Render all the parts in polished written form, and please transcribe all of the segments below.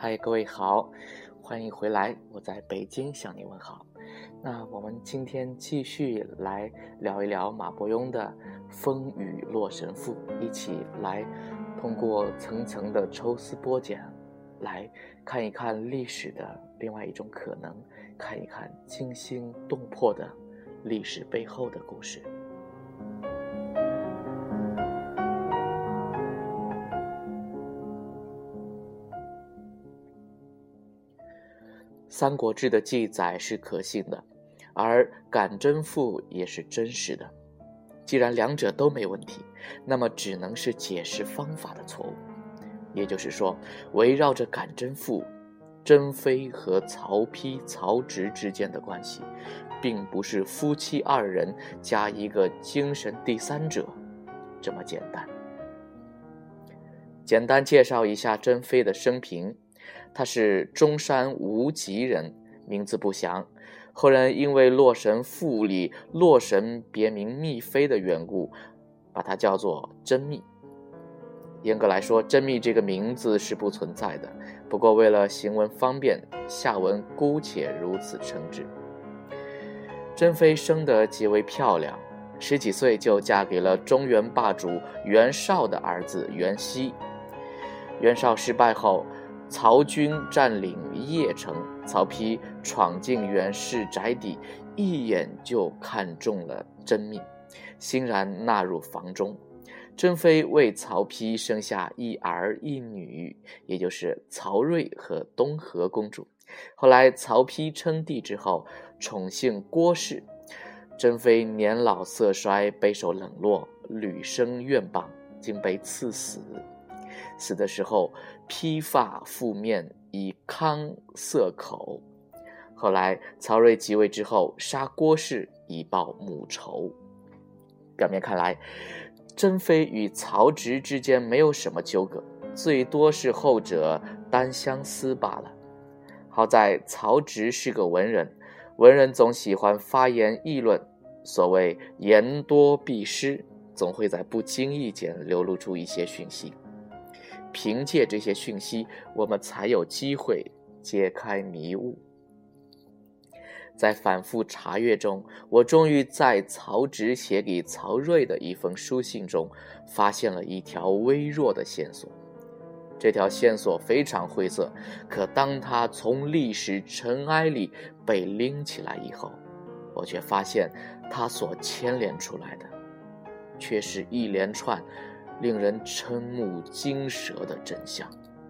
嗨，各位好，欢迎回来，我在北京向你问好。那我们今天继续来聊一聊马伯庸的《风雨洛神赋》，一起来通过层层的抽丝剥茧，来看一看历史的另外一种可能，看一看惊心动魄的历史背后的故事。《三国志》的记载是可信的，而感真赋也是真实的。既然两者都没问题，那么只能是解释方法的错误。也就是说，围绕着感真赋，珍妃和曹丕、曹植之间的关系，并不是夫妻二人加一个精神第三者这么简单。简单介绍一下珍妃的生平。他是中山无极人，名字不详，后人因为《洛神赋》里洛神别名密妃的缘故，把它叫做珍密。严格来说，珍密这个名字是不存在的，不过为了行文方便，下文姑且如此称之。珍妃生得极为漂亮，10几岁就嫁给了中原霸主袁绍的儿子袁熙。袁绍失败后，曹军占领邺城，曹丕闯进袁氏宅邸，一眼就看中了珍密，欣然纳入房中。珍妃为曹丕生下一儿一女，也就是曹睿和东河公主。后来曹丕称帝之后，宠幸郭氏，珍妃年老色衰，备受冷落，屡生怨谤，竟被赐死。死的时候披发覆面，以糠塞口。后来曹睿即位之后，杀郭氏以报母仇。表面看来，珍妃与曹植之间没有什么纠葛，最多是后者单相思罢了。好在曹植是个文人，文人总喜欢发言议论，所谓言多必失，总会在不经意间流露出一些讯息。凭借这些讯息，我们才有机会揭开迷雾。在反复查阅中，我终于在曹植写给曹睿的一封书信中，发现了一条微弱的线索。这条线索非常晦涩，可当它从历史尘埃里被拎起来以后，我却发现它所牵连出来的，却是一连串令人瞠目惊舌的真相。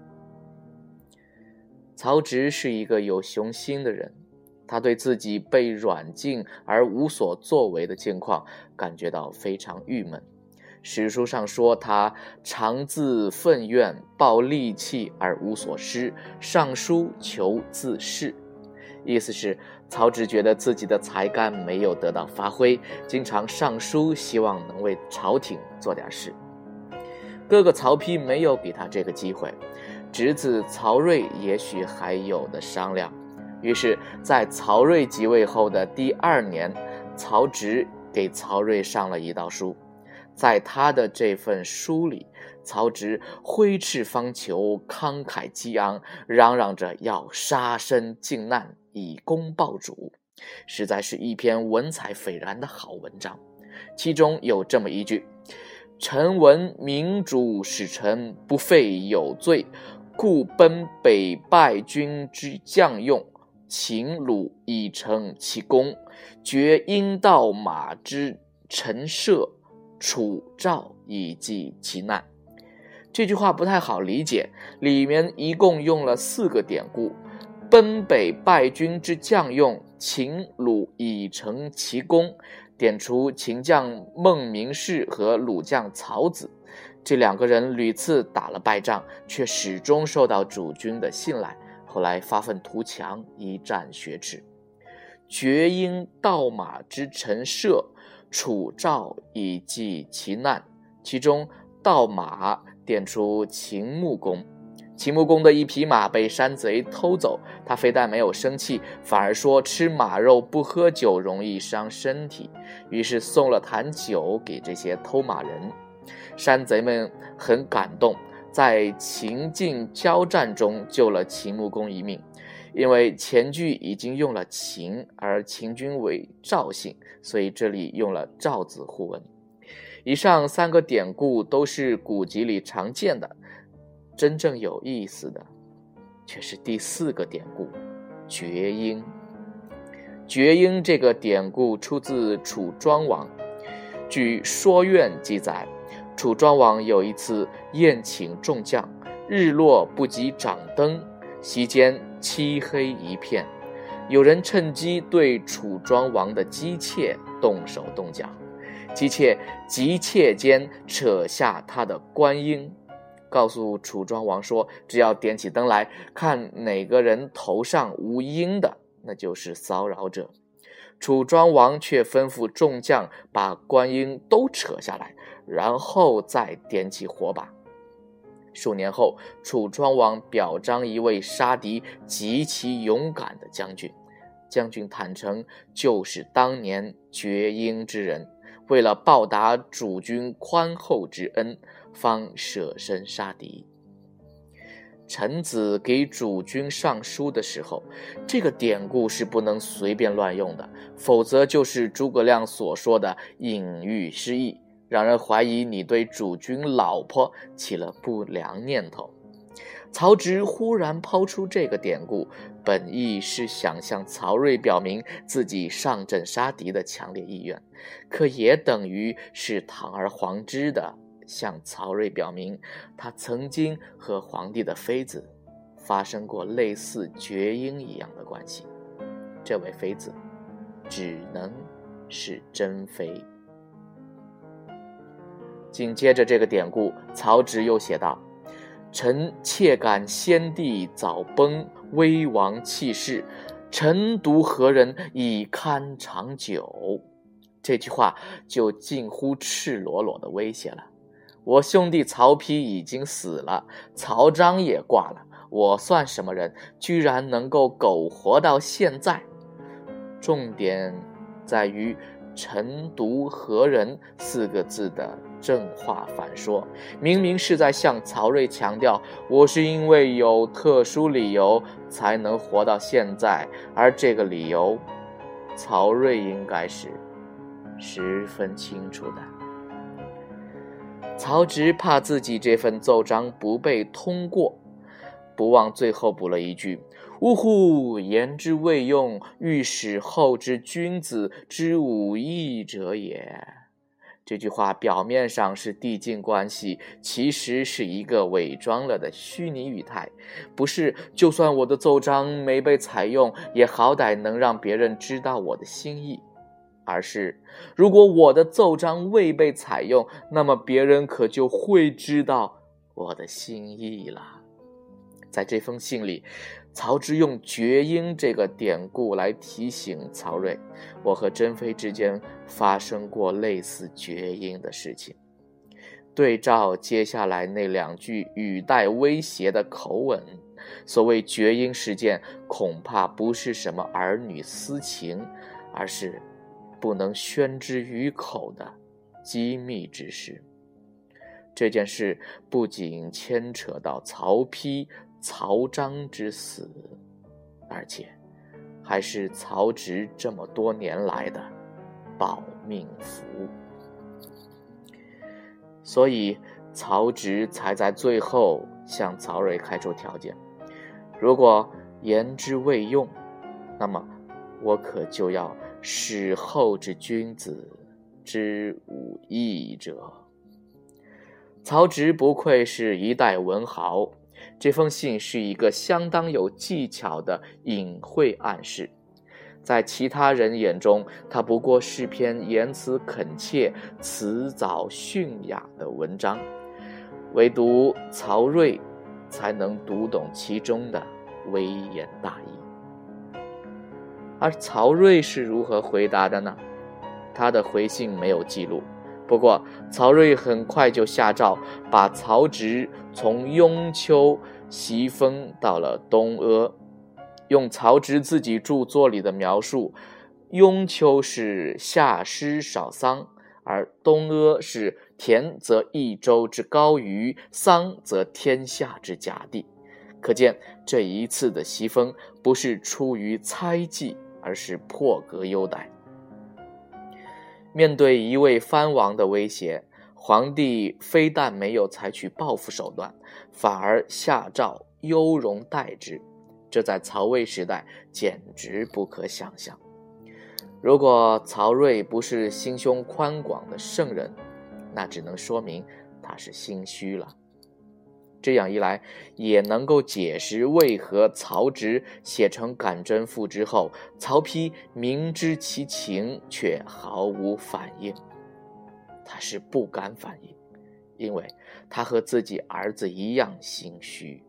曹植是一个有雄心的人，他对自己被软禁而无所作为的境况感觉到非常郁闷。史书上说他常自愤怨，抱戾气而无所施，上书求自恃。意思是曹植觉得自己的才干没有得到发挥，经常上书希望能为朝廷做点事。哥哥曹丕没有给他这个机会，侄子曹睿也许还有的商量。于是在曹睿即位后的第2年，曹植给曹睿上了一道书。在他的这份书里，曹植挥斥方遒，慷慨激昂，嚷嚷着要杀身靖难，以功报主，实在是一篇文采斐然的好文章。其中有这么一句：臣闻明主使臣不废有罪，故奔北败军之将用，秦鲁以成其功，决阴道马之陈涉，楚赵以济其难。这句话不太好理解，里面一共用了4个典故：奔北败军之将用，秦鲁以成其功，点出秦将孟明视和鲁将曹子，这2个人屡次打了败仗，却始终受到主君的信赖，后来发愤图强，一战雪耻。决阴道马之陈涉，楚赵以济其难，其中道马点出秦穆公。秦穆公的一匹马被山贼偷走，他非但没有生气，反而说吃马肉不喝酒容易伤身体，于是送了坛酒给这些偷马人。山贼们很感动， 在秦晋交战中救了秦穆公一命。因为前句已经用了秦，而秦军为赵姓，所以这里用了赵字互文。以上3个典故都是古籍里常见的，真正有意思的却是第4个典故绝缨。绝缨这个典故出自楚庄王。据《说苑》记载，楚庄王有一次宴请众将，日落不及掌灯，席间漆黑一片，有人趁机对楚庄王的姬妾动手动脚，姬妾急切间扯下他的冠缨，告诉楚庄王说，只要点起灯来，看哪个人头上无缨的，那就是骚扰者。楚庄王却吩咐众将把冠缨都扯下来，然后再点起火把。数年后，楚庄王表彰一位杀敌极其勇敢的将军，将军坦诚就是当年绝缨之人，为了报答主君宽厚之恩，方舍身杀敌。臣子给主君上书的时候，这个典故是不能随便乱用的，否则就是诸葛亮所说的隐喻失义，让人怀疑你对主君老婆起了不良念头。曹植忽然抛出这个典故，本意是想向曹睿表明自己上阵杀敌的强烈意愿，可也等于是堂而皇之的向曹睿表明他曾经和皇帝的妃子发生过类似绝缨一样的关系。这位妃子只能是珍妃。紧接着这个典故，曹植又写道，臣妾感先帝早崩，危亡弃世，臣独何人以堪长久。这句话就近乎赤裸裸的威胁了，我兄弟曹丕已经死了，曹彰也挂了，我算什么人，居然能够苟活到现在。重点在于臣独何人4个字的正话反说，明明是在向曹睿强调，我是因为有特殊理由才能活到现在，而这个理由曹睿应该是十分清楚的。曹植怕自己这份奏章不被通过，不忘最后补了一句，呜呼，言之未用，欲使后之君子之武义者也。这句话表面上是递进关系，其实是一个伪装了的虚拟语态，不是就算我的奏章没被采用，也好歹能让别人知道我的心意，而是如果我的奏章未被采用，那么别人可就会知道我的心意了。在这封信里，曹植用绝缨这个典故来提醒曹睿，我和珍妃之间发生过类似绝缨的事情。对照接下来那2句语带威胁的口吻，所谓绝缨事件恐怕不是什么儿女私情，而是不能宣之于口的机密之事。这件事不仅牵扯到曹丕、曹彰之死，而且还是曹植这么多年来的保命符。所以曹植才在最后向曹睿开出条件，如果言之未用，那么我可就要使后之君子之武义者。曹植不愧是一代文豪，这封信是一个相当有技巧的隐晦暗示。在其他人眼中，它不过是篇言辞恳切、辞藻驯雅的文章，唯独曹睿才能读懂其中的微言大义。而曹睿是如何回答的呢？他的回信没有记录，不过曹睿很快就下诏把曹植从雍丘袭封到了东阿。用曹植自己著作里的描述，雍丘是夏师少桑，而东阿是田则一州之高于，桑则天下之甲地。可见这一次的袭封不是出于猜忌，而是破格优待。面对一位藩王的威胁，皇帝非但没有采取报复手段，反而下诏优容待之，这在曹魏时代简直不可想象。如果曹睿不是心胸宽广的圣人，那只能说明他是心虚了。这样一来，也能够解释为何曹植写成《感征赋》之后，曹丕明知其情却毫无反应。他是不敢反应，因为他和自己儿子一样心虚。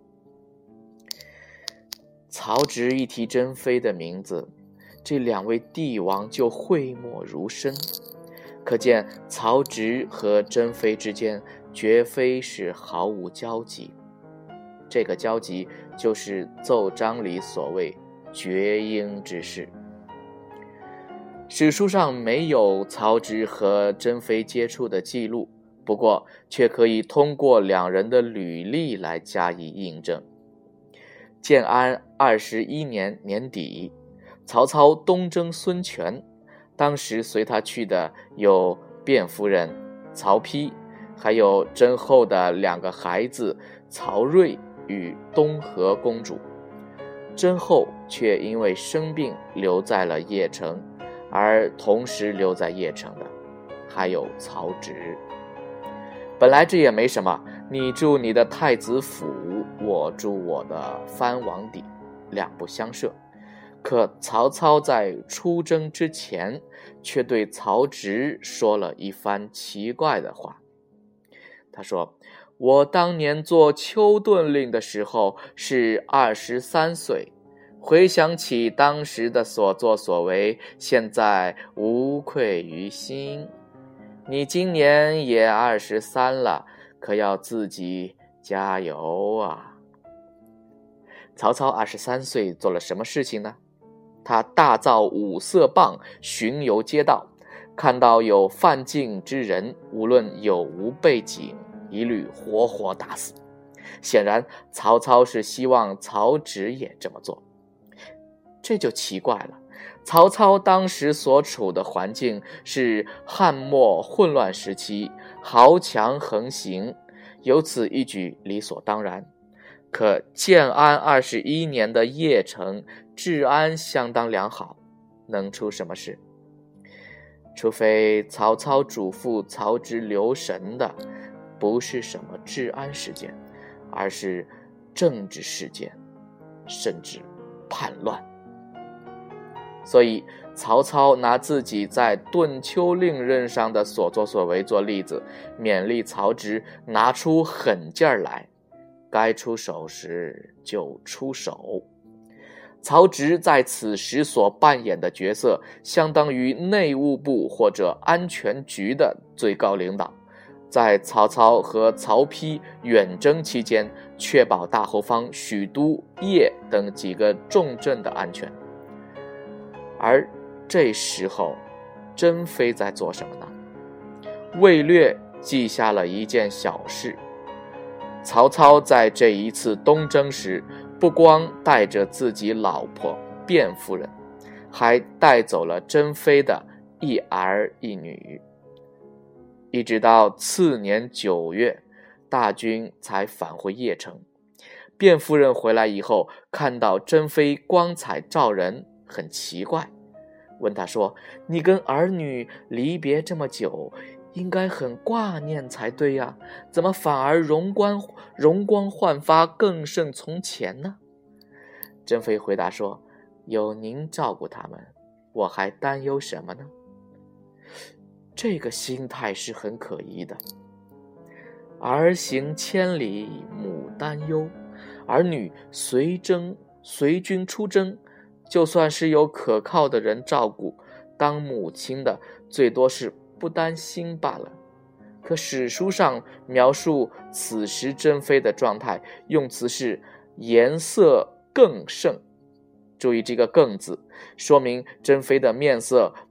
曹植一提珍妃的名字，这两位帝王就讳莫如深，可见曹植和珍妃之间绝非是毫无交集。这个交集就是奏章里所谓绝缨之事。史书上没有曹植和珍妃接触的记录，不过却可以通过两人的履历来加以印证。建安21年年底，曹操东征孙权，当时随他去的有卞夫人、曹丕，还有甄后的2个孩子曹睿与东河公主。甄后却因为生病留在了邺城，而同时留在邺城的还有曹植。本来这也没什么，你住你的太子府，我住我的藩王邸，两不相涉。可曹操在出征之前，却对曹植说了一番奇怪的话。他说：我当年做丘顿令的时候是23岁，回想起当时的所作所为，现在无愧于心。你今年也23了，可要自己加油啊！曹操23岁做了什么事情呢？他大造五色棒，巡游街道，看到有犯禁之人，无论有无背景，一律活活打死。显然曹操是希望曹植也这么做。这就奇怪了，曹操当时所处的环境是汉末混乱时期，豪强横行，有此一举理所当然。可建安21年的邺城治安相当良好，能出什么事？除非曹操嘱咐曹植留神的不是什么治安事件，而是政治事件，甚至叛乱。所以曹操拿自己在顿丘令任上的所作所为做例子，勉励曹植拿出狠劲儿来，该出手时就出手。曹植在此时所扮演的角色，相当于内务部或者安全局的最高领导，在曹操和曹丕远征期间，确保大后方许都、邺等几个重镇的安全。而这时候珍妃在做什么呢？魏略记下了一件小事。曹操在这一次东征时，不光带着自己老婆卞夫人，还带走了珍妃的一儿一女。一直到次年9月，大军才返回邺城。卞夫人回来以后，看到珍妃光彩照人，很奇怪，问她说：你跟儿女离别这么久，应该很挂念才对呀，怎么反而容光焕发，更胜从前呢？珍妃回答说：有您照顾他们，我还担忧什么呢？这个心态是很可疑的。儿行千里母担忧，儿女随军出征，就算是有可靠的人照顾，当母亲的最多是不担心罢了。可史书上描述此时珍妃的状态，用词是颜色更盛。注意这个更字，说明珍妃的面色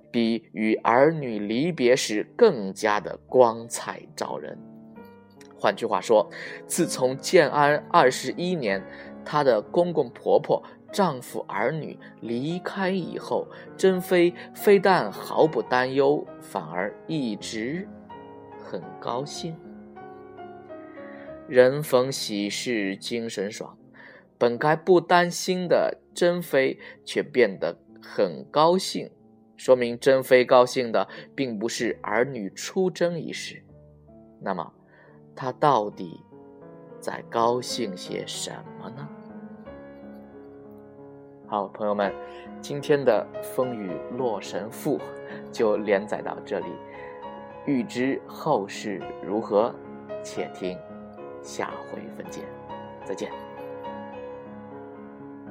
比与儿女离别时更加的光彩照人。换句话说，自从建安21年她的公公婆婆、丈夫儿女离开以后，珍妃非但毫不担忧，反而一直很高兴。人逢喜事精神爽，本该不担心的珍妃却变得很高兴，说明珍妃高兴的并不是儿女出征一事。那么她到底在高兴些什么呢？好，朋友们，今天的《风雨洛神赋》就连载到这里，欲知后事如何，且听下回分解。再见。